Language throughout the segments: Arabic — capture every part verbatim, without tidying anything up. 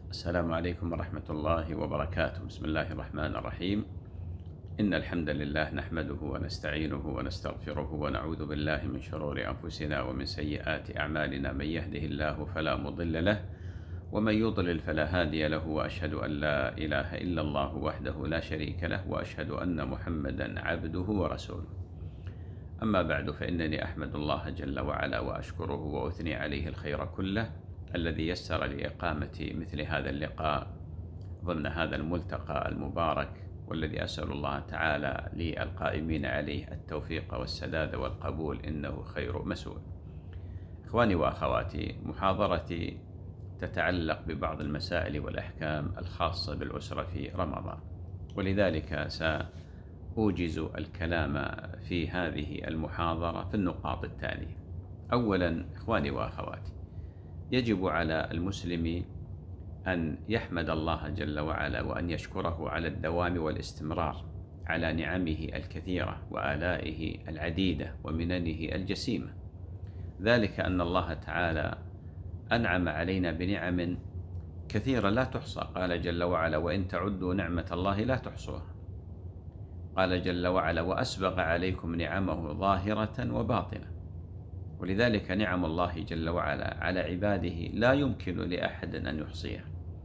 السلام عليكم ورحمة الله وبركاته. بسم الله الرحمن الرحيم. إن الحمد لله نحمده ونستعينه ونستغفره ونعوذ بالله من شرور أنفسنا ومن سيئات أعمالنا. من يهده الله فلا مضل له ومن يضلل فلا هادي له، وأشهد أن لا إله إلا الله وحده لا شريك له، وأشهد أن محمدا عبده ورسوله. أما بعد، فإنني أحمد الله جل وعلا وأشكره وأثني عليه الخير كله الذي يسر لإقامة مثل هذا اللقاء ضمن هذا الملتقى المبارك، والذي أسأل الله تعالى للقائمين عليه التوفيق والسداد والقبول، إنه خير مسؤول. إخواني وأخواتي، محاضرتي تتعلق ببعض المسائل والأحكام الخاصة بالأسرة في رمضان، ولذلك سأوجز الكلام في هذه المحاضرة في النقاط التالية. أولا، إخواني وأخواتي، يجب على المسلم أن يحمد الله جل وعلا وأن يشكره على الدوام والاستمرار على نعمه الكثيرة وآلائه العديدة ومننه الجسيمة. ذلك أن الله تعالى أنعم علينا بنعم كثيرة لا تحصى. قال جل وعلا: وإن تعدوا نعمة الله لا تحصوها. قال جل وعلا: وأسبغ عليكم نعمه ظاهرة وباطنة. ولذلك نعم الله جل وعلا على عباده لا يمكن لأحد أن يحصيها.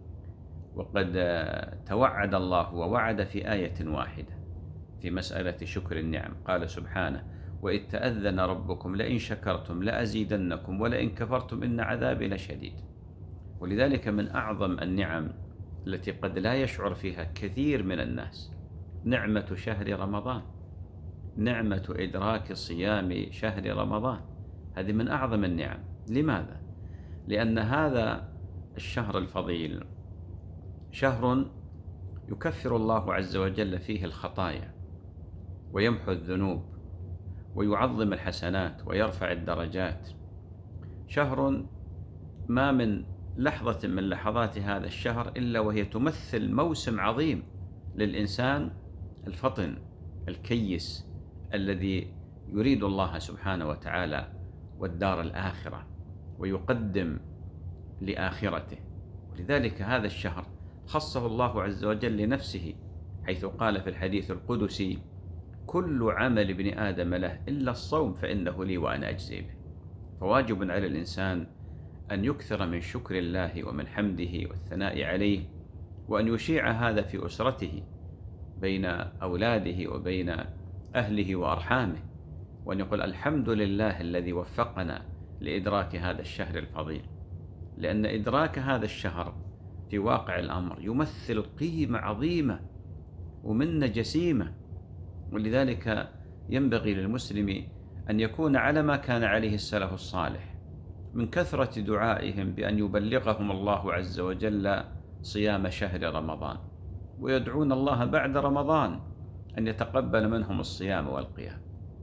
وقد توعد الله ووعد في آية واحدة في مسألة شكر النعم. قال سبحانه: وإذ تأذن ربكم لئن شكرتم لأزيدنكم ولئن كفرتم إن عذابي لشديد. ولذلك من أعظم النعم التي قد لا يشعر فيها كثير من الناس نعمة شهر رمضان، نعمة إدراك صيام شهر رمضان. هذه من أعظم النعم. لماذا؟ لأن هذا الشهر الفضيل شهر يكفر الله عز وجل فيه الخطايا ويمحو الذنوب ويعظم الحسنات ويرفع الدرجات. شهر ما من لحظة من لحظات هذا الشهر إلا وهي تمثل موسم عظيم للإنسان الفطن الكيس الذي يريد الله سبحانه وتعالى والدار الآخرة ويقدم لآخرته. ولذلك هذا الشهر خصه الله عز وجل لنفسه، حيث قال في الحديث القدسي: كل عمل ابن آدم له إلا الصوم فإنه لي وأنا أجزي به. فواجب على الإنسان أن يكثر من شكر الله ومن حمده والثناء عليه، وأن يشيع هذا في أسرته بين أولاده وبين أهله وأرحامه، وأن يقول: الحمد لله الذي وفقنا لإدراك هذا الشهر الفضيل. لأن إدراك هذا الشهر في واقع الأمر يمثل قيمة عظيمة ومنة جسيمة. ولذلك ينبغي للمسلم أن يكون على ما كان عليه السلف الصالح من كثرة دعائهم بأن يبلغهم الله عز وجل صيام شهر رمضان، ويدعون الله بعد رمضان أن يتقبل منهم الصيام والقيام.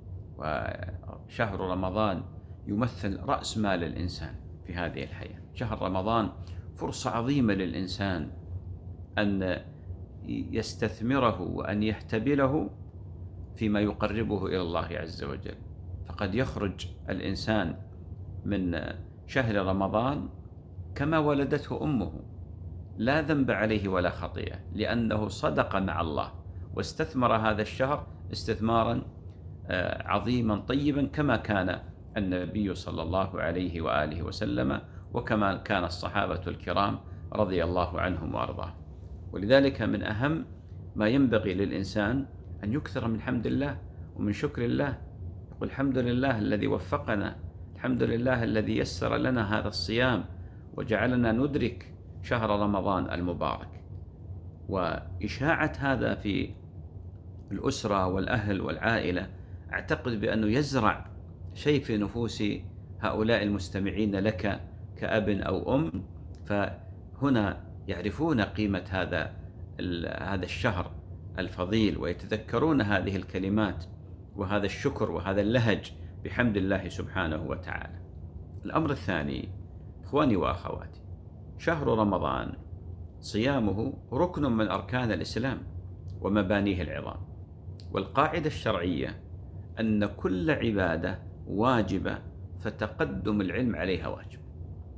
وشهر رمضان يمثل رأس مال الإنسان في هذه الحياة. شهر رمضان فرصة عظيمة للإنسان أن يستثمره وأن يحتبله فيما يقربه إلى الله عز وجل. فقد يخرج الإنسان من شهر رمضان كما ولدته أمه، لا ذنب عليه ولا خطيئة، لأنه صدق مع الله واستثمر هذا الشهر استثمارا عظيما طيبا، كما كان النبي صلى الله عليه وآله وسلم، وكما كان الصحابة الكرام رضي الله عنهم وأرضاهم. ولذلك من أهم ما ينبغي للإنسان أن يكثر من حمد الله ومن شكر الله. يقول: الحمد لله الذي وفقنا، الحمد لله الذي يسر لنا هذا الصيام وجعلنا ندرك شهر رمضان المبارك. وإشاعة هذا في الأسرة والأهل والعائلة أعتقد بأنه يزرع شيء في نفوس هؤلاء المستمعين لك كأب أو أم، فهنا يعرفون قيمة هذا هذا الشهر الفضيل، ويتذكرون هذه الكلمات وهذا الشكر وهذا اللهج بحمد الله سبحانه وتعالى. الأمر الثاني، إخواني وأخواتي، شهر رمضان صيامه ركن من أركان الإسلام ومبانيه العظام. والقاعدة الشرعية أن كل عبادة واجبة فتقدم العلم عليها واجب.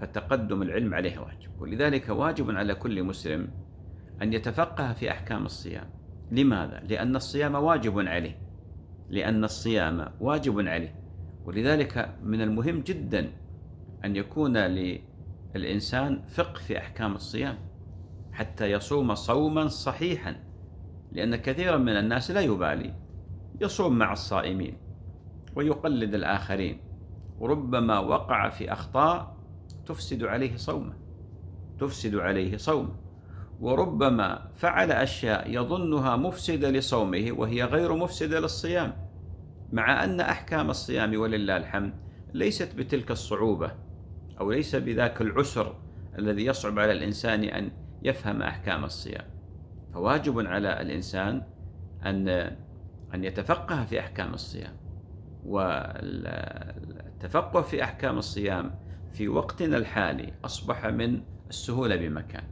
فتقدم العلم عليه واجب. ولذلك واجب على كل مسلم أن يتفقه في أحكام الصيام. لماذا؟ لأن الصيام واجب عليه، لأن الصيام واجب عليه. ولذلك من المهم جدا أن يكون للإنسان فقه في أحكام الصيام حتى يصوم صوما صحيحا، لأن كثيرا من الناس لا يبالي، يصوم مع الصائمين ويقلد الآخرين، وربما وقع في أخطاء تفسد عليه صومه تفسد عليه صومه وربما فعل أشياء يظنها مفسدة لصومه وهي غير مفسدة للصيام، مع أن أحكام الصيام ولله الحمد ليست بتلك الصعوبة أو ليس بذاك العسر الذي يصعب على الإنسان أن يفهم أحكام الصيام. فواجب على الإنسان أن أن يتفقه في أحكام الصيام. والتفقه في أحكام الصيام في وقتنا الحالي أصبح من السهولة بمكان،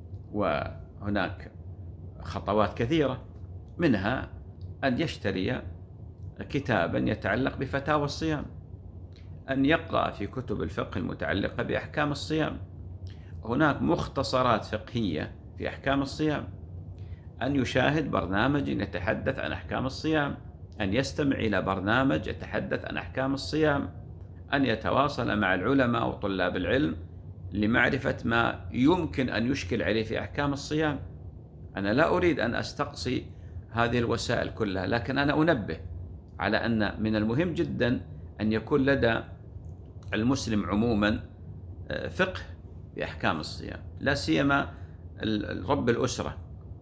وهناك خطوات كثيرة، منها أن يشتري كتابا يتعلق بفتاوى الصيام، أن يقرأ في كتب الفقه المتعلقة بأحكام الصيام. هناك مختصرات فقهية في أحكام الصيام، أن يشاهد برنامج يتحدث عن أحكام الصيام، أن يستمع إلى برنامج يتحدث عن أحكام الصيام، أن يتواصل مع العلماء وطلاب العلم لمعرفة ما يمكن أن يشكل عليه في أحكام الصيام. أنا لا أريد أن أستقصي هذه الوسائل كلها، لكن أنا أنبه على أن من المهم جدا أن يكون لدى المسلم عموما فقه بأحكام الصيام، لا سيما رب الأسرة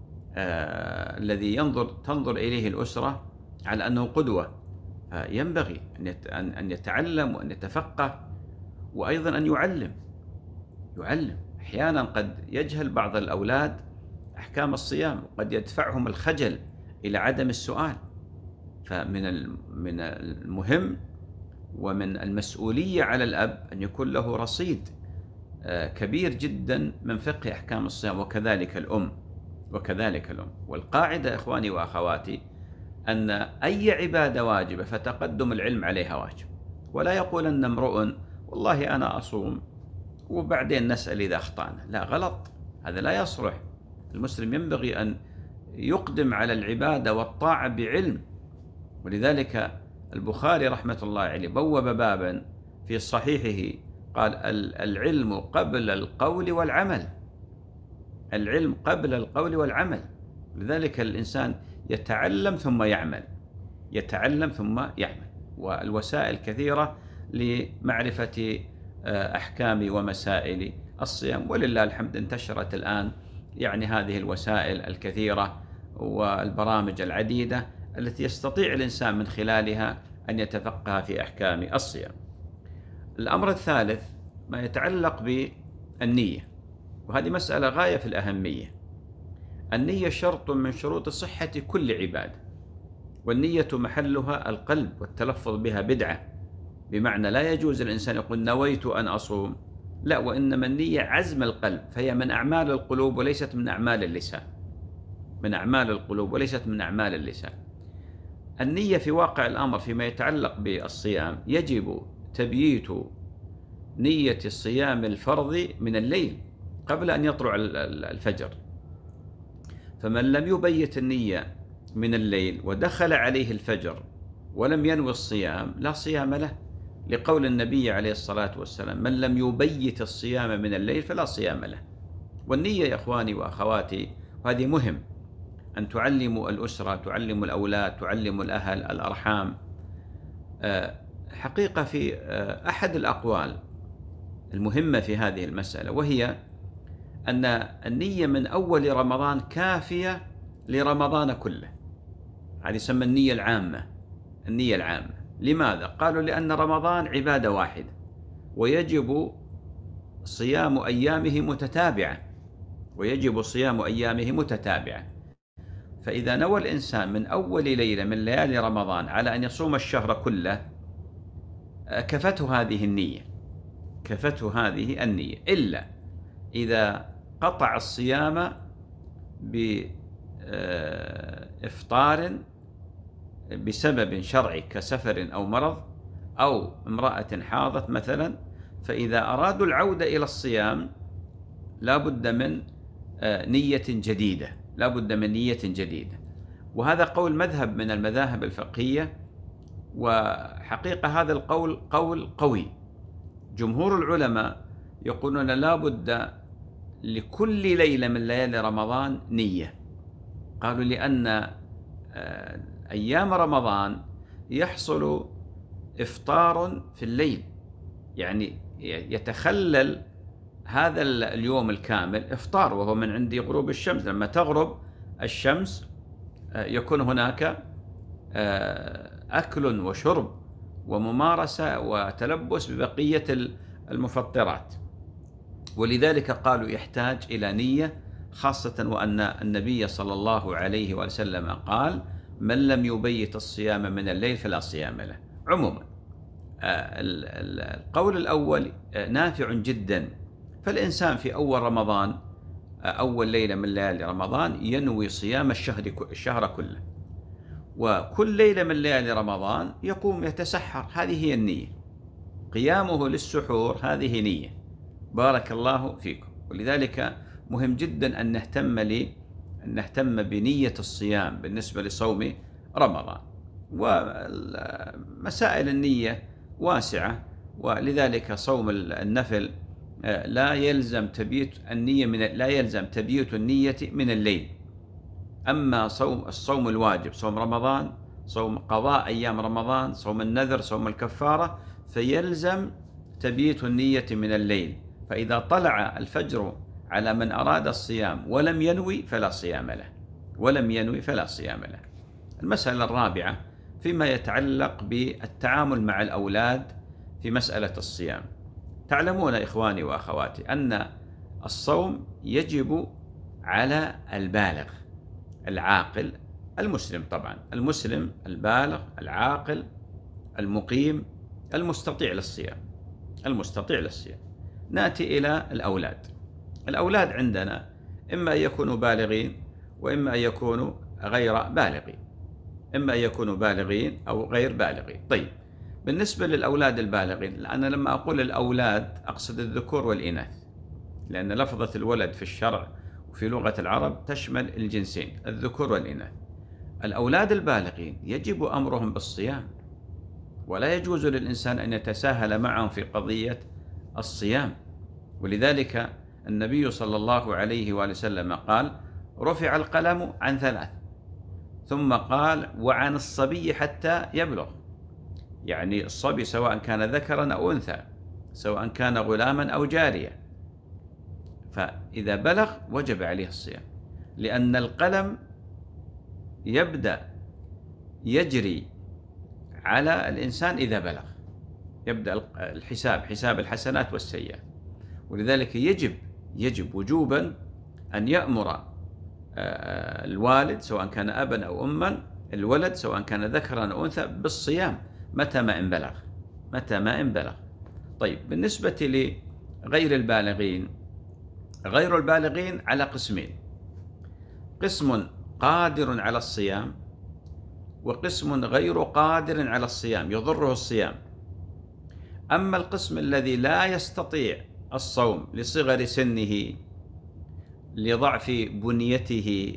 آه الذي ينظر تنظر إليه الأسرة على أنه قدوة. ينبغي أن يتعلم وأن يتفقه، وأيضا أن يعلم يعلم أحيانا قد يجهل بعض الأولاد أحكام الصيام، وقد يدفعهم الخجل إلى عدم السؤال. فمن من المهم ومن المسؤولية على الأب أن يكون له رصيد كبير جدا من فقه أحكام الصيام، وكذلك الأم وكذلك الأم. والقاعدة إخواني وأخواتي أن أي عبادة واجبة فتقدم العلم عليها واجب، ولا يقول أن امرؤ والله أنا أصوم وبعدين نسأل إذا أخطأنا. لا، غلط، هذا لا يصلح. المسلم ينبغي أن يقدم على العبادة والطاعة بعلم. ولذلك البخاري رحمة الله عليه بوب بابا في صحيحه قال: العلم قبل القول والعمل. العلم قبل القول والعمل. لذلك الإنسان يتعلم ثم يعمل، يتعلم ثم يعمل. والوسائل كثيرة لمعرفة أحكام ومسائل الصيام، ولله الحمد انتشرت الآن يعني هذه الوسائل الكثيرة والبرامج العديدة التي يستطيع الإنسان من خلالها أن يتفقه في أحكام الصيام. الأمر الثالث ما يتعلق بالنية، وهذه مسألة غاية في الأهمية. النية شرط من شروط صحة كل عبادة، والنية محلها القلب، والتلفظ بها بدعة، بمعنى لا يجوز الإنسان يقول نويت أن أصوم، لا، وإنما النية عزم القلب، فهي من أعمال القلوب وليست من أعمال اللسان، من أعمال القلوب وليست من أعمال اللسان. النية في واقع الأمر فيما يتعلق بالصيام يجب تبييت نية الصيام الفرض من الليل قبل أن يطلع الفجر، فمن لم يبيت النية من الليل ودخل عليه الفجر ولم ينوي الصيام لا صيام له، لقول النبي عليه الصلاة والسلام: من لم يبيت الصيام من الليل فلا صيام له. والنية يا إخواني وأخواتي، وهذه مهم أن تعلموا الأسرة، تعلموا الأولاد، تعلموا الأهل، الأرحام. حقيقة في أحد الأقوال المهمة في هذه المسألة، وهي أن النية من أول رمضان كافية لرمضان كله. هذه يسمى النية العامة. النية العامة لماذا؟ قالوا لأن رمضان عبادة واحدة، ويجب صيام أيامه متتابعة ويجب صيام أيامه متتابعة فإذا نوى الإنسان من أول ليلة من ليالي رمضان على أن يصوم الشهر كله كفته هذه النية كفته هذه النية إلا إذا قطع الصيام بإفطار بسبب شرعي كسفر أو مرض أو امرأة حاضت مثلا، فإذا أرادوا العودة إلى الصيام لا بد من نية جديدة، لا بد من نية جديدة. وهذا قول مذهب من المذاهب الفقهية، وحقيقة هذا القول قول قوي. جمهور العلماء يقولون لا بد لكل ليلة من ليالي رمضان نية. قالوا لأن أيام رمضان يحصل إفطار في الليل، يعني يتخلل هذا اليوم الكامل إفطار، وهو من عند غروب الشمس. لما تغرب الشمس يكون هناك أكل وشرب وممارسة وتلبس ببقية المفطرات، ولذلك قالوا يحتاج إلى نية، خاصة وأن النبي صلى الله عليه وسلم قال: من لم يبيت الصيام من الليل فلا صيام له. عموما القول الأول نافع جدا، فالإنسان في أول رمضان، أول ليلة من ليالي رمضان، ينوي صيام الشهر الشهر كله، وكل ليلة من ليالي رمضان يقوم يتسحر، هذه هي النية. قيامه للسحور هذه نية. بارك الله فيكم. ولذلك مهم جدا أن نهتم لي أن نهتم بنية الصيام بالنسبة لصوم رمضان. ومسائل النية واسعة، ولذلك صوم النفل لا يلزم تبييت النية من لا يلزم تبييت النية من الليل. أما صوم الصوم الواجب، صوم رمضان، صوم قضاء أيام رمضان، صوم النذر، صوم الكفارة، فيلزم تبييت النية من الليل. فإذا طلع الفجر على من أراد الصيام ولم ينوي فلا صيام له، ولم ينوي فلا صيام له. المسألة الرابعة فيما يتعلق بالتعامل مع الأولاد في مسألة الصيام. تعلمون إخواني وأخواتي أن الصوم يجب على البالغ العاقل المسلم، طبعا المسلم البالغ العاقل المقيم المستطيع للصيام، المستطيع للصيام. نأتي إلى الأولاد. الأولاد عندنا إما أن يكونوا بالغين وإما أن يكونوا غير بالغين، إما أن يكونوا بالغين أو غير بالغين. طيب، بالنسبة للأولاد البالغين، أنا لما أقول الأولاد أقصد الذكور والإناث، لأن لفظة الولد في الشرع وفي لغة العرب تشمل الجنسين، الذكور والإناث. الأولاد البالغين يجب أمرهم بالصيام، ولا يجوز للإنسان أن يتساهل معهم في قضية الصيام. ولذلك النبي صلى الله عليه وآله وسلم قال: رفع القلم عن ثلاث، ثم قال: وعن الصبي حتى يبلغ. يعني الصبي سواء كان ذكرا أو أنثى، سواء كان غلاما أو جارية، فإذا بلغ وجب عليه الصيام، لأن القلم يبدأ يجري على الإنسان إذا بلغ، يبدأ الحساب، حساب الحسنات والسيئات. ولذلك يجب يجب وجوبا أن يأمر الوالد سواء كان أبا أو أما الولد سواء كان ذكرا أو أنثى بالصيام متى ما إن بلغ، متى ما إن بلغ. طيب، بالنسبة لغير البالغين، غير البالغين على قسمين: قسم قادر على الصيام، وقسم غير قادر على الصيام يضره الصيام. أما القسم الذي لا يستطيع الصوم لصغر سنه، لضعف بنيته،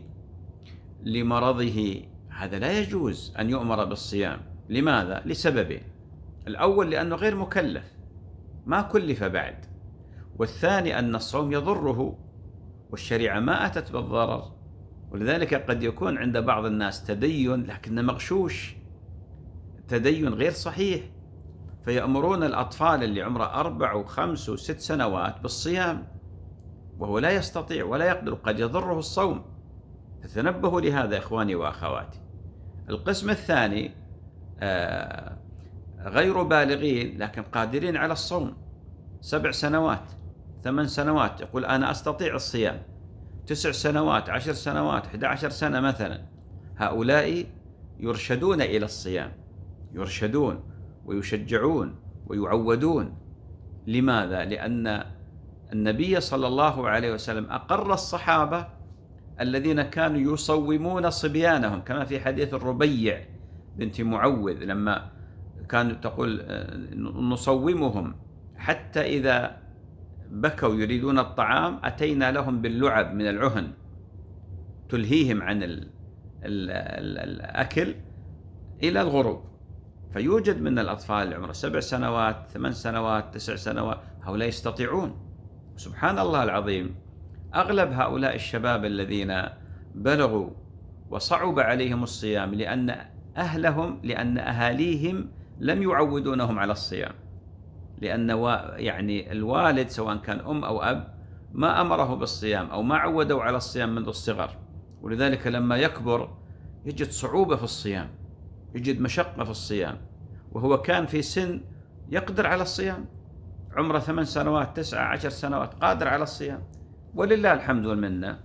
لمرضه، هذا لا يجوز أن يؤمر بالصيام. لماذا؟ لسببين: الأول لأنه غير مكلف، ما كلف بعد، والثاني أن الصوم يضره، والشريعة ما أتت بالضرر. ولذلك قد يكون عند بعض الناس تدين لكنه مغشوش، تدين غير صحيح، فيأمرون الأطفال اللي عمره أربع وخمس وست سنوات بالصيام وهو لا يستطيع ولا يقدر، قد يضره الصوم. فتنبهوا لهذا إخواني وأخواتي. القسم الثاني آه غير بالغين لكن قادرين على الصوم، سبع سنوات، ثمان سنوات، يقول أنا أستطيع الصيام، تسع سنوات، عشر سنوات، أحد عشر سنة مثلا، هؤلاء يرشدون إلى الصيام، يرشدون ويشجعون ويعودون. لماذا؟ لأن النبي صلى الله عليه وسلم أقر الصحابة الذين كانوا يصومون صبيانهم، كما في حديث الربيع بنت معوذ لما كانت تقول: نصومهم حتى إذا بكوا يريدون الطعام أتينا لهم باللعب من العهن تلهيهم عن ال ال ال الأكل إلى الغروب. فيوجد من الأطفال عمره سبع سنوات، ثمان سنوات، تسع سنوات، هؤلاء يستطيعون. سبحان الله العظيم، أغلب هؤلاء الشباب الذين بلغوا وصعب عليهم الصيام لأن أهلهم لأن أهاليهم لم يعودونهم على الصيام، لأن يعني الوالد سواء كان أم أو أب ما أمره بالصيام أو ما عودوا على الصيام منذ الصغر، ولذلك لما يكبر يجد صعوبة في الصيام، يجد مشقة في الصيام، وهو كان في سن يقدر على الصيام، عمره ثمان سنوات، تسعة عشر سنوات، قادر على الصيام، ولله الحمد والمنة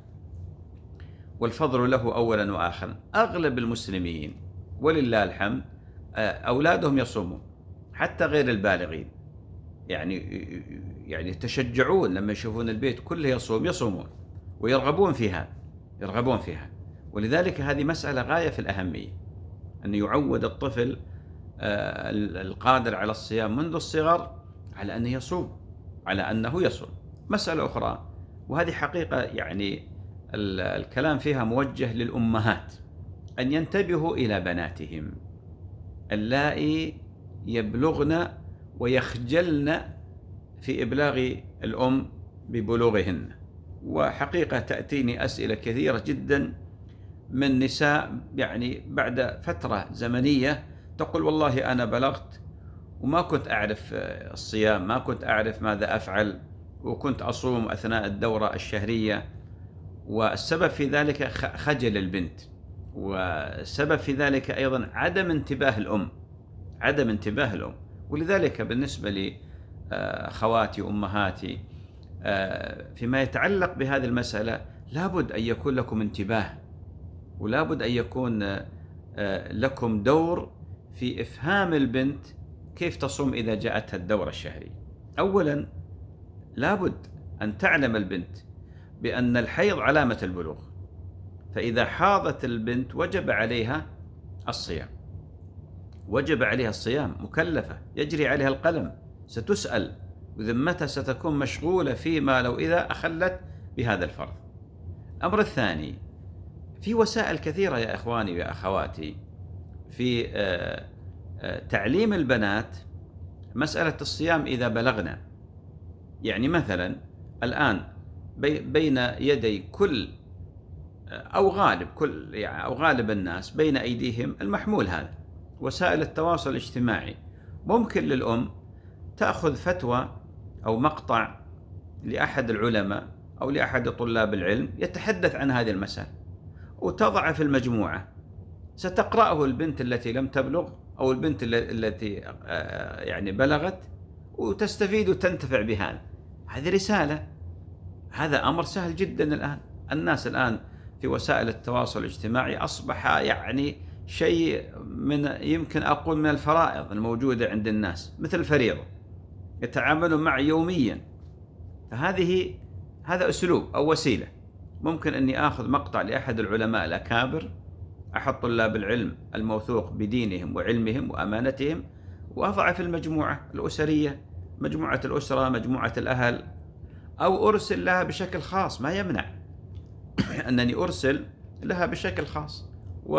والفضل له أولا وآخرا. أغلب المسلمين ولله الحمد أولادهم يصومون حتى غير البالغين، يعني يعني يتشجعون لما يشوفون البيت كله يصوم يصومون ويرغبون فيها يرغبون فيها ولذلك هذه مسألة غاية في الأهمية، أن يعود الطفل القادر على الصيام منذ الصغر على أنه يصوم على أنه يصوم. مسألة أخرى، وهذه حقيقة يعني الكلام فيها موجه للأمهات، أن ينتبهوا إلى بناتهم اللائي يبلغن ويخجلن في إبلاغ الأم ببلوغهن. وحقيقة تأتيني أسئلة كثيرة جدا من نساء يعني بعد فترة زمنية تقول والله أنا بلغت وما كنت أعرف الصيام، ما كنت أعرف ماذا أفعل، وكنت أصوم أثناء الدورة الشهرية، والسبب في ذلك خجل البنت، والسبب في ذلك أيضا عدم انتباه الأم عدم انتباه الأم. ولذلك بالنسبة لي أخواتي وأمهاتي فيما يتعلق بهذه المسألة لابد أن يكون لكم انتباه، ولابد أن يكون لكم دور في إفهام البنت كيف تصوم إذا جاءتها الدورة الشهرية. أولا لابد أن تعلم البنت بأن الحيض علامة البلوغ، فإذا حاضت البنت وجب عليها الصيام وجب عليها الصيام مكلفة يجري عليها القلم، ستسأل وذمتها ستكون مشغولة فيما لو إذا أخلت بهذا الفرض. الأمر الثاني، في وسائل كثيرة يا إخواني ويا أخواتي في تعليم البنات مسألة الصيام إذا بلغنا. يعني مثلا الآن بين يدي كل أو غالب كل يعني أو غالب الناس بين أيديهم المحمول هذا وسائل التواصل الاجتماعي، ممكن للأم تأخذ فتوى أو مقطع لأحد العلماء أو لأحد طلاب العلم يتحدث عن هذه المسألة وتضع في المجموعة، ستقرأه البنت التي لم تبلغ أو البنت التي يعني بلغت وتستفيد وتنتفع بهذا. هذه رسالة، هذا أمر سهل جدا. الآن الناس الآن في وسائل التواصل الاجتماعي أصبح يعني شيء من يمكن أقول من الفرائض الموجودة عند الناس، مثل الفريضة يتعاملون معه يوميا. فهذه هذا أسلوب أو وسيلة. ممكن أني آخذ مقطع لأحد العلماء الأكابر، أحد طلاب العلم الموثوق بدينهم وعلمهم وأمانتهم، وأضع في المجموعة الأسرية، مجموعة الأسرة، مجموعة الأهل، أو أرسل لها بشكل خاص. ما يمنع أنني أرسل لها بشكل خاص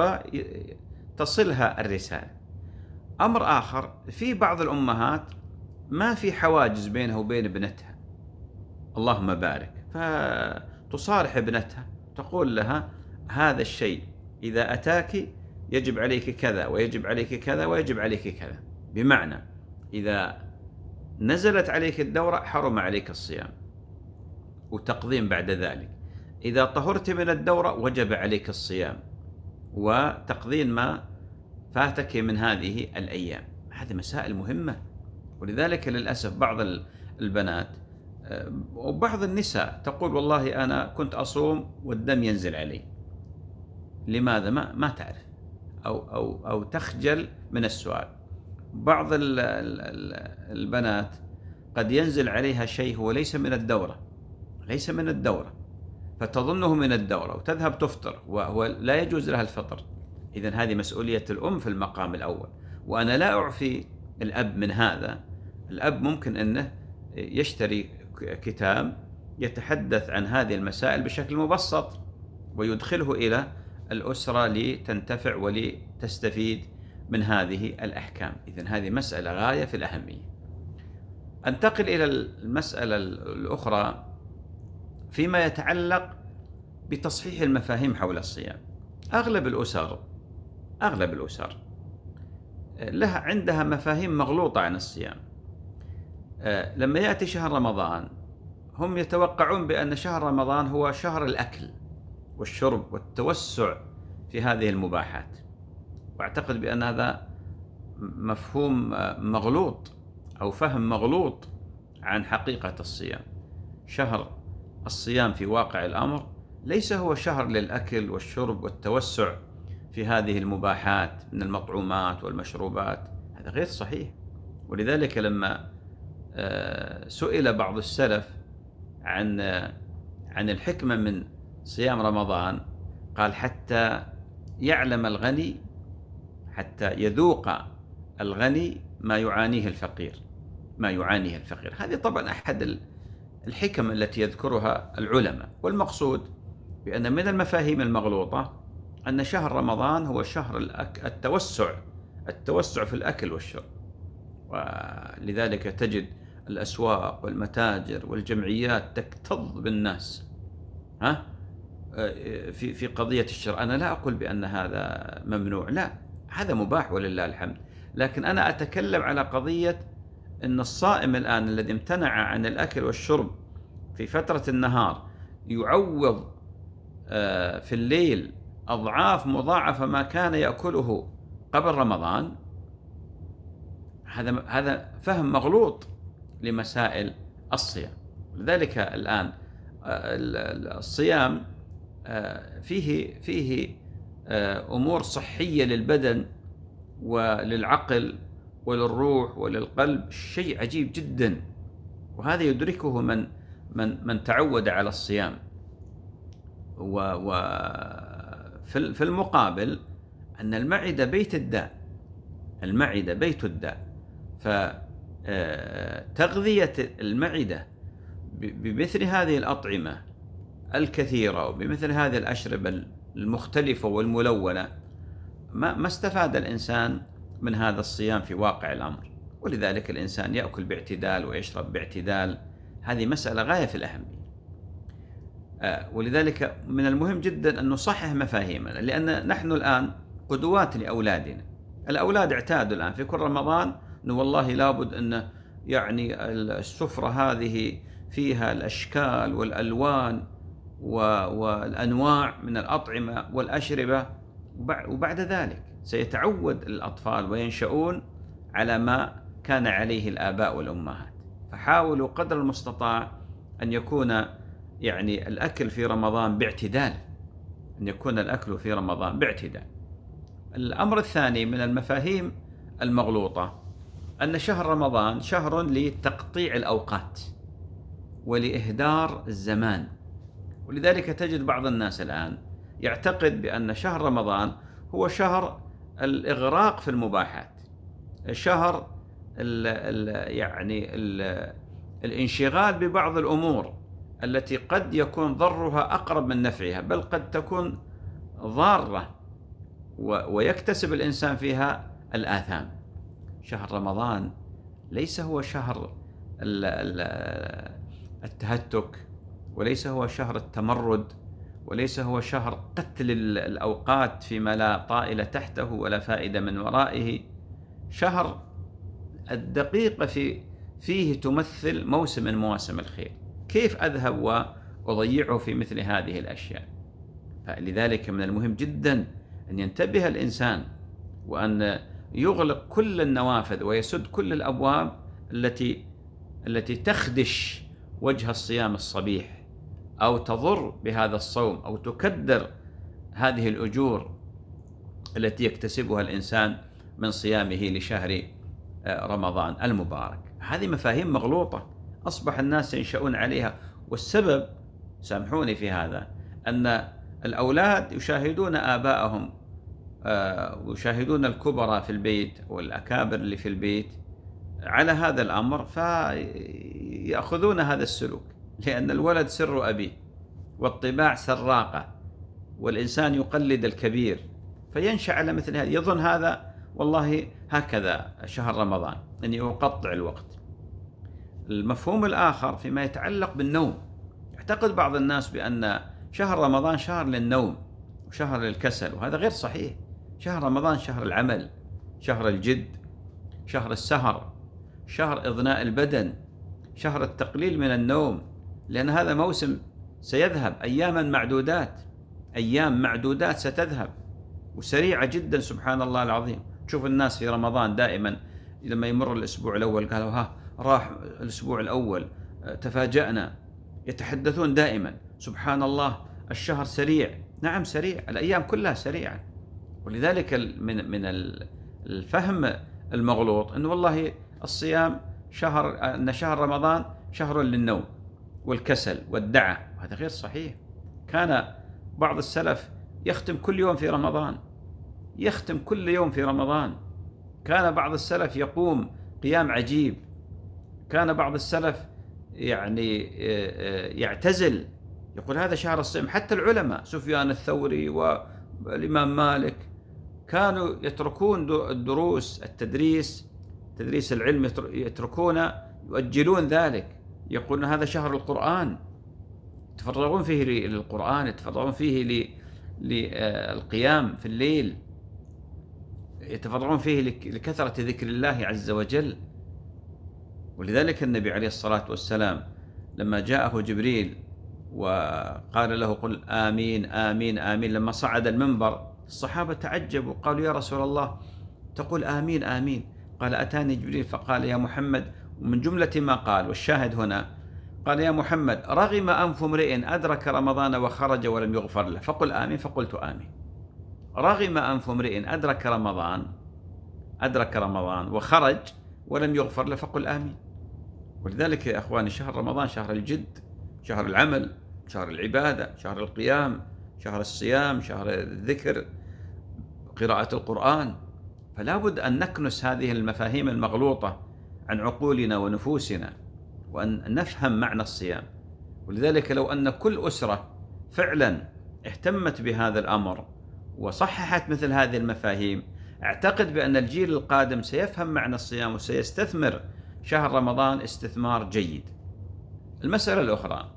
وتصلها الرسالة. أمر آخر، في بعض الأمهات ما في حواجز بينها وبين ابنتها، اللهم بارك، فتصارح ابنتها تقول لها هذا الشيء إذا أتاك يجب عليك كذا ويجب عليك كذا ويجب عليك كذا، بمعنى إذا نزلت عليك الدورة حرم عليك الصيام وتقديم بعد ذلك، إذا طهرت من الدورة وجب عليك الصيام وتقديم ما فاتك من هذه الأيام. هذه مسائل مهمة. ولذلك للأسف بعض البنات وبعض النساء تقول والله أنا كنت أصوم والدم ينزل علي. لماذا؟ ما ما تعرف أو أو أو تخجل من السؤال. بعض البنات قد ينزل عليها شيء هو ليس من الدورة ليس من الدورة فتظنه من الدورة وتذهب تفطر وهو لا يجوز لها الفطر. إذن هذه مسؤولية الأم في المقام الأول، وأنا لا أعفي الأب من هذا. الأب ممكن أنه يشتري كتاب يتحدث عن هذه المسائل بشكل مبسط ويدخله إلى الأسرة لتنتفع ولتستفيد من هذه الأحكام. إذن هذه مسألة غاية في الأهمية. أنتقل إلى المسألة الأخرى فيما يتعلق بتصحيح المفاهيم حول الصيام. أغلب الأسر أغلب الأسر لها عندها مفاهيم مغلوطة عن الصيام. لما يأتي شهر رمضان هم يتوقعون بأن شهر رمضان هو شهر الأكل والشرب والتوسع في هذه المباحات، وأعتقد بأن هذا مفهوم مغلوط أو فهم مغلوط عن حقيقة الصيام. شهر الصيام في واقع الأمر ليس هو شهر للأكل والشرب والتوسع في هذه المباحات من المطعومات والمشروبات، هذا غير صحيح. ولذلك لما سئل بعض السلف عن عن الحكمة من صيام رمضان قال حتى يعلم الغني، حتى يذوق الغني ما يعانيه الفقير ما يعانيه الفقير. هذه طبعا أحد الحكم التي يذكرها العلماء، والمقصود بأن من المفاهيم المغلوطة أن شهر رمضان هو شهر التوسع التوسع في الأكل والشرب، ولذلك تجد الأسواق والمتاجر والجمعيات تكتظ بالناس ها في في قضية الشراء. أنا لا أقول بأن هذا ممنوع، لا، هذا مباح ولله الحمد، لكن أنا أتكلم على قضية أن الصائم الآن الذي امتنع عن الأكل والشرب في فترة النهار يعوض في الليل أضعاف مضاعفة ما كان يأكله قبل رمضان. هذا هذا فهم مغلوط لمسائل الصيام. لذلك الآن الصيام فيه فيه أمور صحية للبدن وللعقل وللروح وللقلب، شيء عجيب جدا، وهذا يدركه من من من تعود على الصيام. وفي في المقابل أن المعدة بيت الداء، المعدة بيت الداء، فتغذية المعدة بمثل هذه الأطعمة الكثيرة وبمثل هذه الأشربة المختلفة والملونة ما ما استفاد الإنسان من هذا الصيام في واقع الأمر. ولذلك الإنسان يأكل باعتدال ويشرب باعتدال، هذه مسألة غاية في الأهمية. ولذلك من المهم جدا أن نصحح مفاهيمنا، لأن نحن الآن قدوات لأولادنا. الأولاد اعتادوا الآن في كل رمضان أنه والله لابد أن يعني السفرة هذه فيها الأشكال والألوان والأنواع من الأطعمة والأشربة، وبعد ذلك سيتعود الأطفال وينشؤون على ما كان عليه الآباء والأمهات. فحاولوا قدر المستطاع أن يكون يعني الأكل في رمضان باعتدال، أن يكون الأكل في رمضان باعتدال. الأمر الثاني من المفاهيم المغلوطة أن شهر رمضان شهر لتقطيع الأوقات ولإهدار الزمان. ولذلك تجد بعض الناس الآن يعتقد بأن شهر رمضان هو شهر الإغراق في المباحات، شهر ال ال يعني ال الانشغال ببعض الأمور التي قد يكون ضرها أقرب من نفعها، بل قد تكون ضارة ويكتسب الإنسان فيها الآثام. شهر رمضان ليس هو شهر التهتك، وليس هو شهر التمرد، وليس هو شهر قتل الأوقات فيما لا طائل تحته ولا فائدة من ورائه. شهر الدقيقة في فيه تمثل موسم من مواسم الخير، كيف أذهب وأضيعه في مثل هذه الأشياء؟ فلذلك من المهم جدا أن ينتبه الإنسان وأن يغلق كل النوافذ ويسد كل الأبواب التي التي تخدش وجه الصيام الصبيح أو تضر بهذا الصوم أو تكدر هذه الأجور التي يكتسبها الإنسان من صيامه لشهر رمضان المبارك. هذه مفاهيم مغلوطة أصبح الناس ينشؤون عليها، والسبب سامحوني في هذا أن الأولاد يشاهدون آبائهم ويشاهدون الكبراء في البيت والأكابر اللي في البيت على هذا الأمر، فيأخذون يأخذون هذا السلوك، لأن الولد سر أبيه، والطباع سراقة، والإنسان يقلد الكبير، فينشأ على مثل هذا، يظن هذا والله هكذا شهر رمضان، أن يقطع الوقت. المفهوم الآخر فيما يتعلق بالنوم، يعتقد بعض الناس بأن شهر رمضان شهر للنوم وشهر للكسل، وهذا غير صحيح. شهر رمضان شهر العمل، شهر الجد، شهر السهر، شهر إضناء البدن، شهر التقليل من النوم، لأن هذا موسم سيذهب، أياما معدودات، أيام معدودات ستذهب وسريعة جدا، سبحان الله العظيم. تشوف الناس في رمضان دائما لما يمر الأسبوع الأول قالوا ها راح الأسبوع الأول، تفاجأنا، يتحدثون دائما سبحان الله الشهر سريع. نعم سريع، الأيام كلها سريعة. ولذلك من من الفهم المغلوط أن والله الصيام شهر، أن شهر رمضان شهر للنوم والكسل والدعة، هذا غير صحيح. كان بعض السلف يختم كل يوم في رمضان، يختم كل يوم في رمضان. كان بعض السلف يقوم قيام عجيب. كان بعض السلف يعني يعتزل، يقول هذا شهر الصيام. حتى العلماء سفيان الثوري والإمام مالك كانوا يتركون الدروس، التدريس، تدريس العلم، يتركون، يؤجلون ذلك، يقولون هذا شهر القرآن، يتفرغون فيه للقرآن، يتفرغون فيه للقيام في الليل، يتفرغون فيه لكثرة ذكر الله عز وجل. ولذلك النبي عليه الصلاة والسلام لما جاءه جبريل وقال له قل آمين آمين آمين، لما صعد المنبر الصحابة تعجبوا، قالوا يا رسول الله تقول آمين آمين؟ قال أتاني جبريل فقال يا محمد، ومن جملة ما قال والشاهد هنا قال يا محمد رغم أنف امرئ أدرك رمضان وخرج ولم يغفر له فقل آمين، فقلت آمين. رغم أنف امرئ أدرك رمضان، أدرك رمضان وخرج ولم يغفر له فقل آمين. ولذلك يا أخواني شهر رمضان شهر الجد، شهر العمل، شهر العبادة، شهر القيام، شهر الصيام، شهر الذكر، قراءة القرآن. فلا بد أن نكنس هذه المفاهيم المغلوطة عن عقولنا ونفوسنا، وأن نفهم معنى الصيام. ولذلك لو أن كل أسرة فعلا اهتمت بهذا الأمر وصححت مثل هذه المفاهيم، أعتقد بأن الجيل القادم سيفهم معنى الصيام وسيستثمر شهر رمضان استثمار جيد. المسألة الأخرى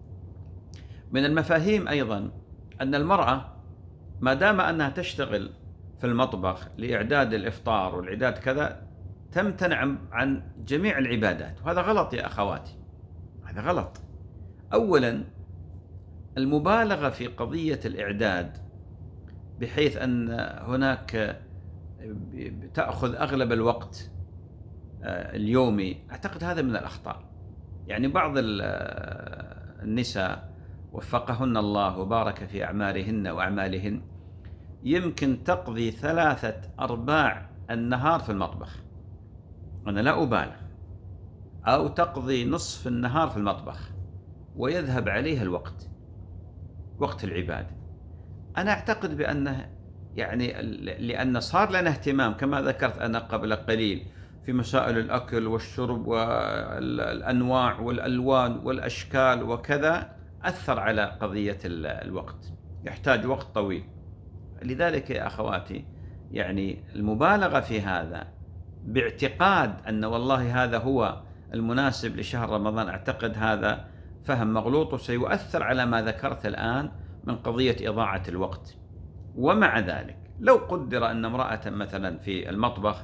من المفاهيم أيضا أن المرأة ما دام أنها تشتغل في المطبخ لإعداد الإفطار والإعداد كذا، تمتنع عن جميع العبادات، وهذا غلط يا أخواتي، هذا غلط. أولا المبالغة في قضية الإعداد بحيث أن هناك تأخذ أغلب الوقت اليومي، أعتقد هذا من الأخطاء. يعني بعض النساء وفقهن الله وبارك في أعمارهن وأعمالهن يمكن تقضي ثلاثة أرباع النهار في المطبخ، أنا لا أبالغ، أو تقضي نصف النهار في المطبخ ويذهب عليها الوقت، وقت العبادة. أنا أعتقد بأنه يعني لأن صار لنا اهتمام كما ذكرت أنا قبل قليل في مسائل الأكل والشرب والأنواع والألوان والأشكال وكذا، أثر على قضية الوقت، يحتاج وقت طويل. لذلك يا أخواتي يعني المبالغة في هذا باعتقاد أن والله هذا هو المناسب لشهر رمضان، أعتقد هذا فهم مغلوط وسيؤثر على ما ذكرت الآن من قضية إضاعة الوقت. ومع ذلك لو قدر أن امرأة مثلا في المطبخ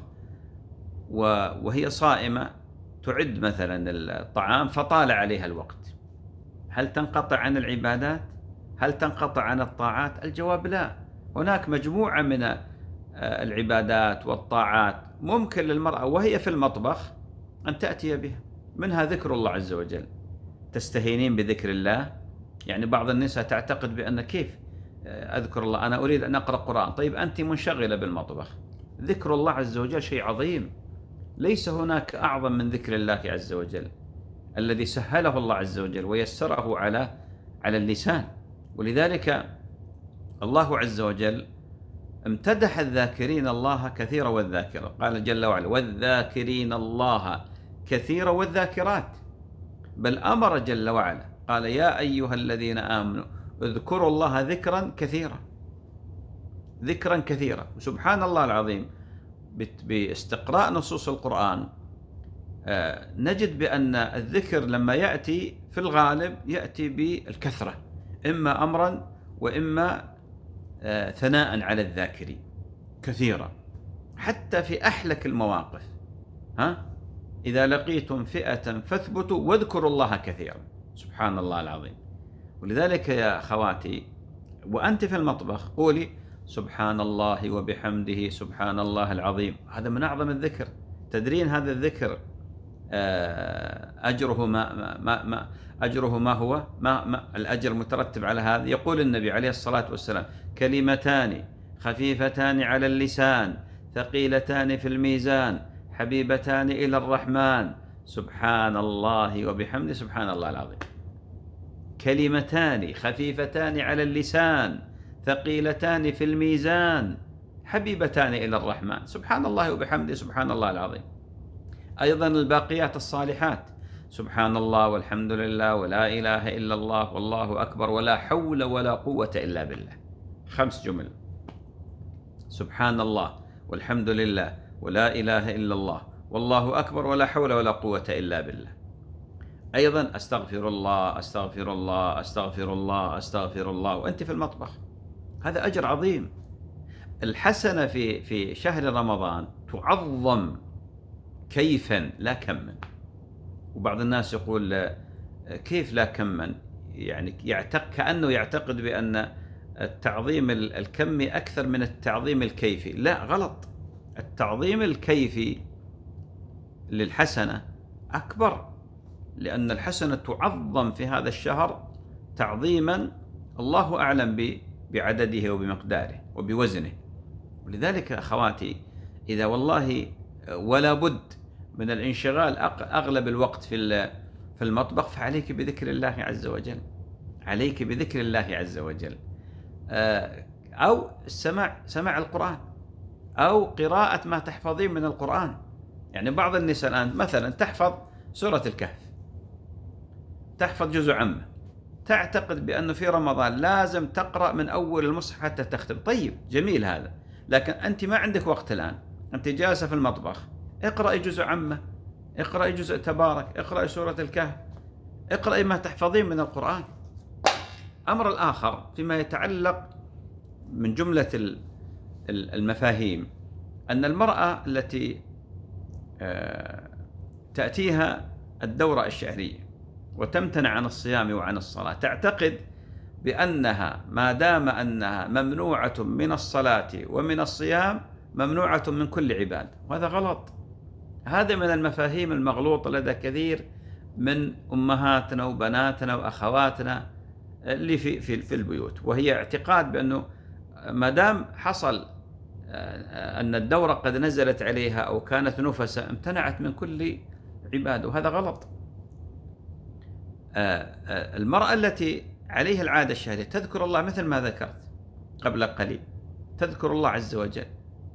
وهي صائمة تعد مثلا الطعام فطال عليها الوقت، هل تنقطع عن العبادات؟ هل تنقطع عن الطاعات؟ الجواب لا. هناك مجموعة من العبادات والطاعات ممكن للمرأة وهي في المطبخ أن تأتي بها، منها ذكر الله عز وجل. تستهينين بذكر الله؟ يعني بعض النساء تعتقد بأن كيف أذكر الله، أنا أريد أن أقرأ قرآن. طيب أنت منشغلة بالمطبخ، ذكر الله عز وجل شيء عظيم، ليس هناك أعظم من ذكر الله عز وجل الذي سهله الله عز وجل ويسره على على اللسان. ولذلك الله عز وجل امتدح الذاكرين الله كثيرا والذاكرة، قال جل وعلا والذاكرين الله كثيرا والذاكرات. بل أمر جل وعلا قال يا أيها الذين آمنوا اذكروا الله ذكرا كثيرا، ذكرا كثيرا. وسبحان الله العظيم باستقراء نصوص القرآن نجد بأن الذكر لما يأتي في الغالب يأتي بالكثرة، إما أمرا وإما ثناء على الذاكرين كثيرا، حتى في أحلك المواقف. ها إذا لقيتم فئة فاثبتوا واذكروا الله كثيرا. سبحان الله العظيم. ولذلك يا أخواتي وأنت في المطبخ قولي سبحان الله وبحمده سبحان الله العظيم، هذا من أعظم الذكر. تدرين هذا الذكر أجره ما, ما, ما أجره ما هو ما, ما الأجر المترتب على هذا؟ يقول النبي عليه الصلاة والسلام كلمتان خفيفتان على اللسان ثقيلتان في الميزان حبيبتان إلى الرحمن سبحان الله وبحمده سبحان الله العظيم. كلمتان خفيفتان على اللسان ثقيلتان في الميزان حبيبتان إلى الرحمن سبحان الله وبحمده سبحان الله العظيم. أيضا الباقيات الصالحات سبحان الله والحمد لله ولا إله إلا الله والله أكبر ولا حول ولا قوة إلا بالله، خمس جمل. سبحان الله والحمد لله ولا إله إلا الله والله أكبر ولا حول ولا قوة إلا بالله. أيضا أستغفر الله أستغفر الله أستغفر الله أستغفر الله وأنت في المطبخ، هذا أجر عظيم. الحسنة في في شهر رمضان تعظم كيفا لا كما. وبعض الناس يقول كيف لا كما؟ يعني يعتقد كأنه يعتقد بأن التعظيم الكمي أكثر من التعظيم الكيفي. لا، غلط. التعظيم الكيفي للحسنة أكبر، لأن الحسنة تعظم في هذا الشهر تعظيما الله أعلم بعدده وبمقداره وبوزنه. ولذلك أخواتي إذا والله ولا بد من الانشغال أغلب الوقت في في المطبخ فعليك بذكر الله عز وجل، عليك بذكر الله عز وجل، أو السماع سماع القرآن أو قراءة ما تحفظين من القرآن. يعني بعض النساء الآن مثلا تحفظ سورة الكهف، تحفظ جزء عامة، تعتقد بأنه في رمضان لازم تقرأ من أول المصحف حتى تختم. طيب جميل هذا، لكن أنت ما عندك وقت الآن، أنت جالسة في المطبخ، اقرأي جزء عامة، اقرأي جزء تبارك، اقرأي سورة الكهف، اقرأي ما تحفظين من القرآن. أمر الآخر فيما يتعلق من جملة المفاهيم أن المرأة التي تأتيها الدورة الشهرية وتمتنع عن الصيام وعن الصلاة تعتقد بأنها ما دام أنها ممنوعة من الصلاة ومن الصيام ممنوعة من كل عباد، وهذا غلط. هذا من المفاهيم المغلوطة لدى كثير من أمهاتنا وبناتنا وأخواتنا اللي في في في البيوت، وهي اعتقاد بأنه ما دام حصل أن الدورة قد نزلت عليها أو كانت نفسة امتنعت من كل عبادة، وهذا غلط. المرأة التي عليها العادة الشهرية تذكر الله مثل ما ذكرت قبل قليل، تذكر الله عز وجل،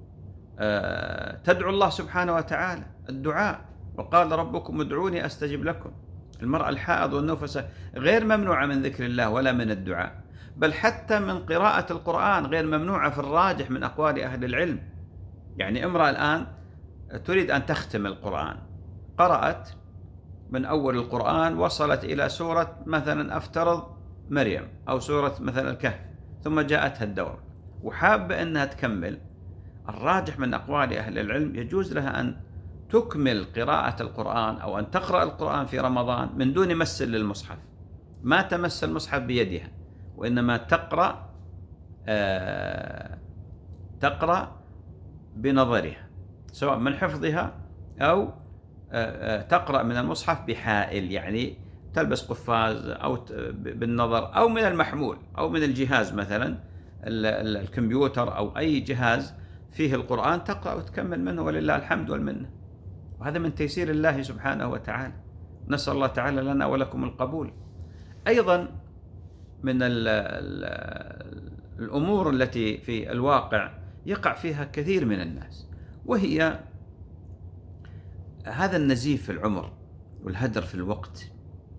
تدعو الله سبحانه وتعالى الدعاء، وقال ربكم ادعوني أستجب لكم. المرأة الحائض والنفسة غير ممنوعة من ذكر الله ولا من الدعاء، بل حتى من قراءة القرآن غير ممنوعة في الراجح من أقوال أهل العلم. يعني امرأة الآن تريد أن تختم القرآن، قرأت من أول القرآن وصلت إلى سورة مثلا أفترض مريم أو سورة مثلا الكهف، ثم جاءتها الدورة وحابة أنها تكمل، الراجح من أقوال أهل العلم يجوز لها أن تكمل قراءة القرآن أو أن تقرأ القرآن في رمضان من دون مس للمصحف، ما تمس المصحف بيدها، وإنما تقرأ آه تقرأ بنظرها سواء من حفظها أو آه آه تقرأ من المصحف بحائل، يعني تلبس قفاز أو بالنظر أو من المحمول أو من الجهاز مثلا الكمبيوتر أو أي جهاز فيه القرآن، تقرأ وتكمل منه ولله الحمد والمنة. وهذا من تيسير الله سبحانه وتعالى، نسأل الله تعالى لنا ولكم القبول. أيضا من ال ال الأمور التي في الواقع يقع فيها كثير من الناس، وهي هذا النزيف في العمر والهدر في الوقت.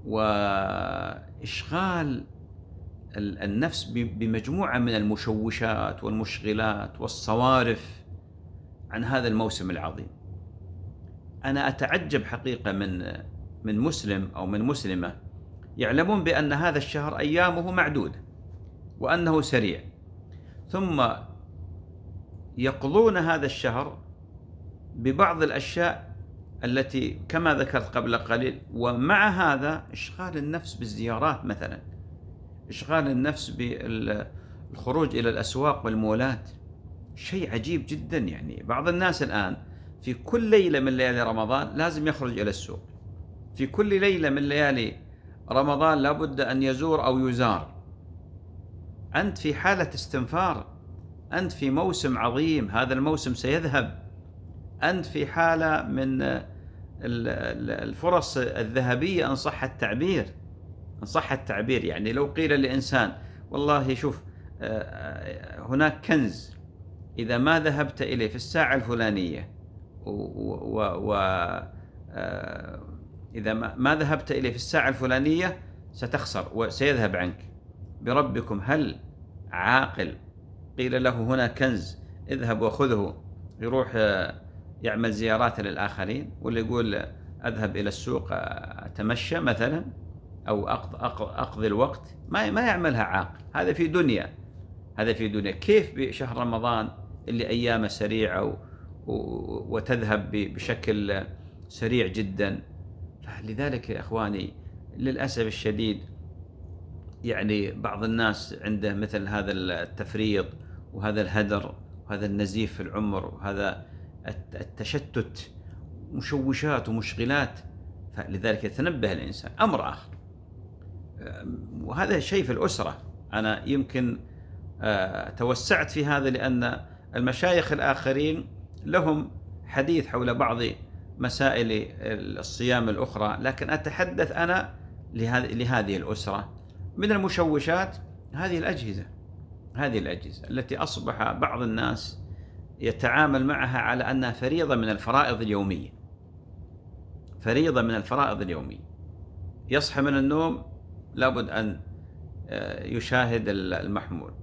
وإشغال النفس بمجموعة من المشوشات والمشغلات والصوارف عن هذا الموسم العظيم. أنا أتعجب حقيقة من من مسلم أو من مسلمة يعلمون بأن هذا الشهر أيامه معدودة وأنه سريع، ثم يقضون هذا الشهر ببعض الأشياء التي كما ذكرت قبل قليل، ومع هذا إشغال النفس بالزيارات مثلا، إشغال النفس بالخروج إلى الأسواق والمولات. شيء عجيب جدا. يعني بعض الناس الآن في كل ليلة من ليالي رمضان لازم يخرج إلى السوق، في كل ليلة من ليالي رمضان لابد أن يزور أو يزار. أنت في حالة استنفار، أنت في موسم عظيم، هذا الموسم سيذهب، أنت في حالة من الفرص الذهبية إن صح التعبير، إن صح التعبير. يعني لو قيل لإنسان والله شوف هناك كنز، إذا ما ذهبت إليه في الساعة الفلانية وإذا ما ذهبت إليه في الساعة الفلانية ستخسر وسيذهب عنك، بربكم هل عاقل قيل له هنا كنز اذهب وخذه يروح يعمل زيارات للآخرين، ولا يقول أذهب إلى السوق أتمشى مثلا أو أقضي الوقت؟ ما ما يعملها عاقل. هذا في دنيا، هذا في دنيا. كيف بشهر رمضان اللي أيامه سريعة وتذهب بشكل سريع جدا؟ لذلك يا إخواني للأسف الشديد يعني بعض الناس عنده مثل هذا التفريط وهذا الهدر وهذا النزيف في العمر وهذا التشتت، مشوشات ومشغلات. فلذلك يتنبه الإنسان. أمر آخر، وهذا شيء في الأسرة، أنا يمكن توسعت في هذا لأن المشايخ الآخرين لهم حديث حول بعض مسائل الصيام الأخرى، لكن أتحدث أنا لهذه الأسرة. من المشوشات هذه الأجهزة، هذه الأجهزة التي أصبح بعض الناس يتعامل معها على أنها فريضة من الفرائض اليومية، فريضة من الفرائض اليومية. يصحى من النوم لابد أن يشاهد المحمول،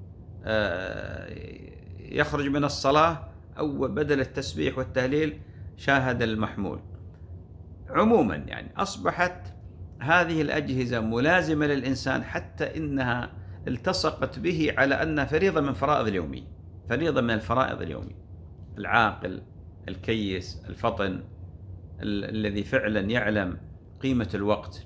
يخرج من الصلاة أو بدل التسبيح والتهليل شاهد المحمول. عموما يعني أصبحت هذه الأجهزة ملازمة للإنسان حتى إنها التصقت به على أنها فريضة من فرائض اليومية، فريضة من الفرائض اليومية. العاقل الكيس الفطن الذي فعلا يعلم قيمة الوقت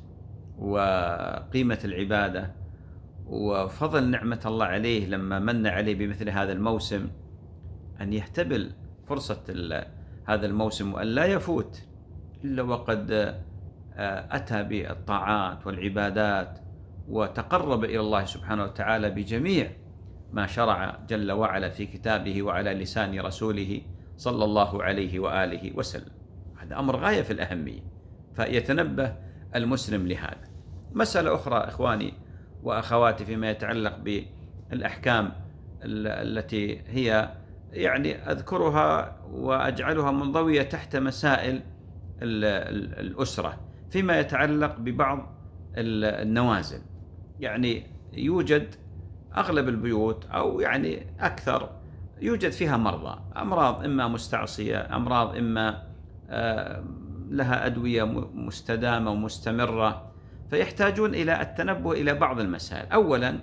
وقيمة العبادة وفضل نعمة الله عليه لما من عليه بمثل هذا الموسم، أن يهتبل فرصة هذا الموسم وأن لا يفوت إلا وقد أتى بالطاعات والعبادات وتقرب إلى الله سبحانه وتعالى بجميع ما شرع جل وعلا في كتابه وعلى لسان رسوله صلى الله عليه وآله وسلم. هذا أمر غاية في الأهمية، فيتنبه المسلم لهذا. مسألة أخرى إخواني وأخواتي فيما يتعلق بالأحكام التي هي يعني أذكرها وأجعلها منضوية تحت مسائل الأسرة، فيما يتعلق ببعض النوازل. يعني يوجد أغلب البيوت أو يعني أكثر يوجد فيها مرضى، أمراض إما مستعصية، أمراض إما لها أدوية مستدامة ومستمرة، فيحتاجون إلى التنبه إلى بعض المسائل. أولا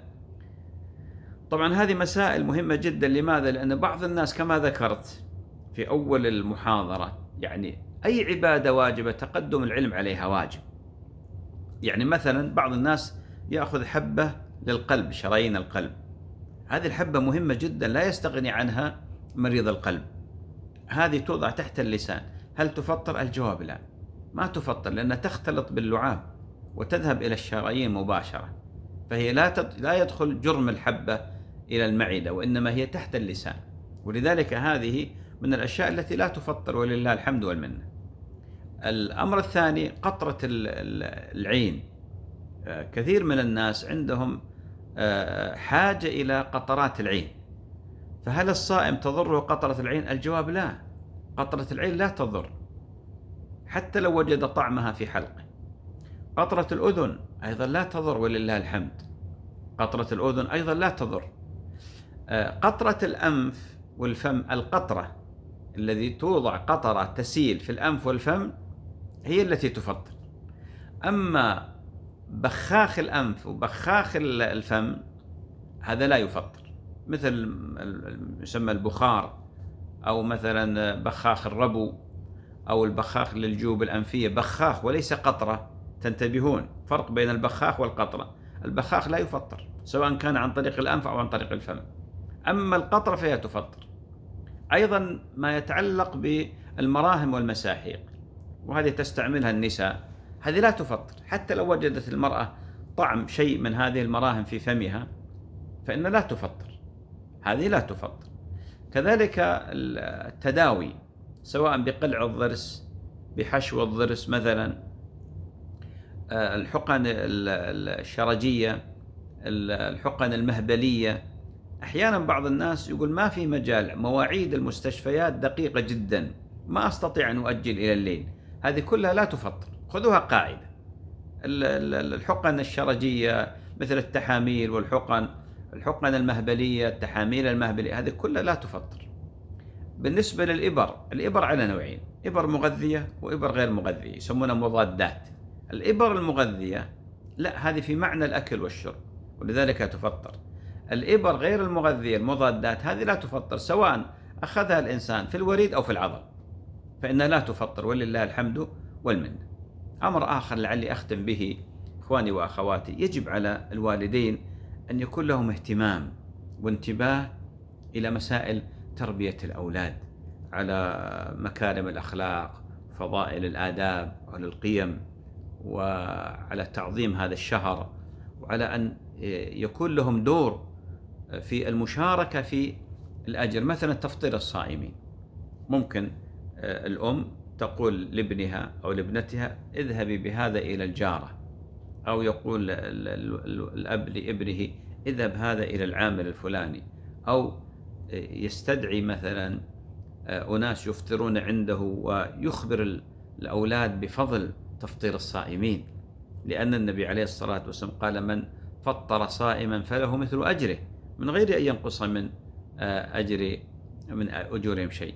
طبعا هذه مسائل مهمة جدا. لماذا؟ لأن بعض الناس كما ذكرت في أول المحاضرة يعني أي عبادة واجبة تقدم العلم عليها واجب. يعني مثلا بعض الناس يأخذ حبة للقلب، شرايين القلب، هذه الحبة مهمة جدا لا يستغني عنها مريض القلب. هذه توضع تحت اللسان، هل تفطر؟ الجواب لا، ما تفطر، لأنها تختلط باللعاب وتذهب إلى الشرايين مباشرة، فهي لا لا يدخل جرم الحبة إلى المعدة، وإنما هي تحت اللسان. ولذلك هذه من الأشياء التي لا تفطر ولله الحمد والمنة. الأمر الثاني قطرة العين. كثير من الناس عندهم حاجة إلى قطرات العين، فهل الصائم تضره قطرة العين؟ الجواب لا، قطرة العين لا تضر حتى لو وجد طعمها في حلقه. قطرة الأذن أيضا لا تضر ولله الحمد، قطرة الأذن أيضا لا تضر. قطرة الأنف والفم، القطرة الذي توضع قطرة تسيل في الأنف والفم هي التي تفطر. أما بخاخ الأنف وبخاخ الفم هذا لا يفطر، مثل يسمى البخار، أو مثلا بخاخ الربو، أو البخاخ للجيوب الأنفية، بخاخ وليس قطرة. تنتبهون فرق بين البخاخ والقطرة. البخاخ لا يفطر سواء كان عن طريق الأنف أو عن طريق الفم، أما القطرة فهي تفطر. أيضا ما يتعلق بالمراهم والمساحيق، وهذه تستعملها النساء، هذه لا تفطر. حتى لو وجدت المرأة طعم شيء من هذه المراهم في فمها فإن لا تفطر، هذه لا تفطر. كذلك التداوي سواء بقلع الضرس، بحشو الضرس مثلا، الحقن الشرجية، الحقن المهبلية. أحيانا بعض الناس يقول ما في مجال، مواعيد المستشفيات دقيقة جدا، ما أستطيع أن أؤجل إلى الليل. هذه كلها لا تفطر، خذوها قاعدة. الحقن الشرجية مثل التحاميل والحقن، الحقن المهبلية، التحاميل المهبلية، هذه كلها لا تفطر. بالنسبة للإبر، الإبر على نوعين، إبر مغذية وإبر غير مغذية، يسمونها مضادات. الإبر المغذية لا، هذه في معنى الأكل والشرب ولذلك تفطر. الإبر غير المغذية المضادات هذه لا تفطر، سواء أخذها الإنسان في الوريد أو في العضل فإنها لا تفطر ولله الحمد والمنة. أمر آخر لعلي أختم به إخواني وأخواتي، يجب على الوالدين أن يكون لهم اهتمام وانتباه إلى مسائل تربية الأولاد على مكارم الأخلاق، فضائل الآداب والقيم، وعلى تعظيم هذا الشهر، وعلى أن يكون لهم دور في المشاركة في الأجر. مثلا تفطير الصائمين، ممكن الأم تقول لابنها أو لابنتها اذهبي بهذا إلى الجارة، أو يقول الأب لابنه اذهب هذا إلى العامل الفلاني، أو يستدعي مثلا أناس يفطرون عنده ويخبر الأولاد بفضل تفطير الصائمين، لأن النبي عليه الصلاة والسلام قال من فطر صائما فله مثل أجره من غير أن ينقص من أجر من أجورهم شيء.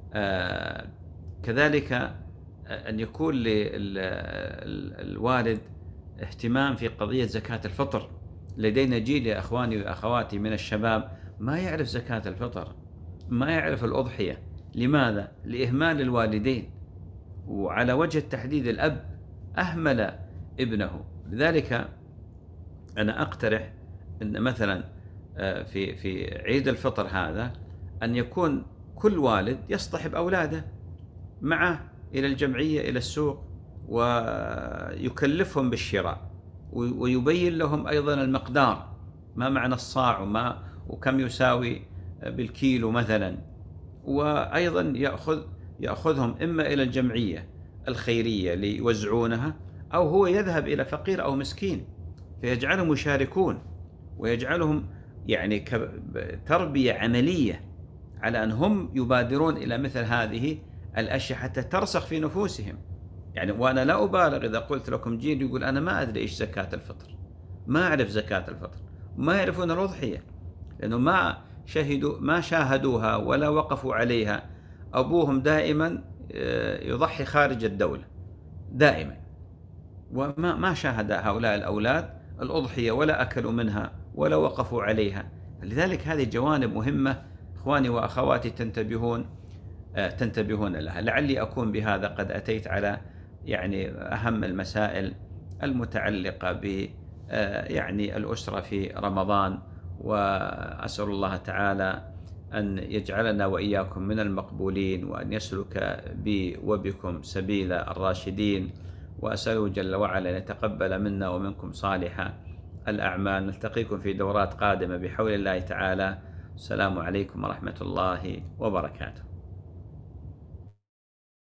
كذلك أن يكون للوالد اهتمام في قضية زكاة الفطر. لدينا جيل يا أخواني وأخواتي من الشباب ما يعرف زكاة الفطر، ما يعرف الأضحية. لماذا؟ لإهمال الوالدين، وعلى وجه التحديد الأب أهمل ابنه. لذلك أنا أقترح أن مثلا في في عيد الفطر هذا أن يكون كل والد يصطحب أولاده معه إلى الجمعية إلى السوق، ويكلفهم بالشراء، ويبين لهم أيضا المقدار، ما معنى الصاع وما وكم يساوي بالكيلو مثلا. وأيضا يأخذ يأخذهم إما إلى الجمعية الخيرية ليوزعونها، أو هو يذهب إلى فقير أو مسكين فيجعلهم يشاركون، ويجعلهم يعني تربية عملية على أن هم يبادرون إلى مثل هذه الأشياء حتى ترسخ في نفوسهم. يعني وأنا لا أبالغ إذا قلت لكم جيل يقول أنا ما أدري إيش زكاة الفطر، ما أعرف زكاة الفطر، ما يعرفون الأضحية، لأنه ما شهدوا ما شاهدوها ولا وقفوا عليها. أبوهم دائما يضحي خارج الدولة دائما، وما ما شاهد هؤلاء الأولاد الأضحية ولا أكلوا منها ولا وقفوا عليها. لذلك هذه جوانب مهمة إخواني وأخواتي تنتبهون تنتبهون لها. لعلي أكون بهذا قد أتيت على يعني أهم المسائل المتعلقة ب يعني الأسرة في رمضان، وأسأل الله تعالى أن يجعلنا وإياكم من المقبولين، وأن يسلك بي وبكم سبيل الراشدين، وأسأله جل وعلا أن يتقبل منا ومنكم صالح الأعمال. نلتقيكم في دورات قادمة بحول الله تعالى. السلام عليكم ورحمة الله وبركاته.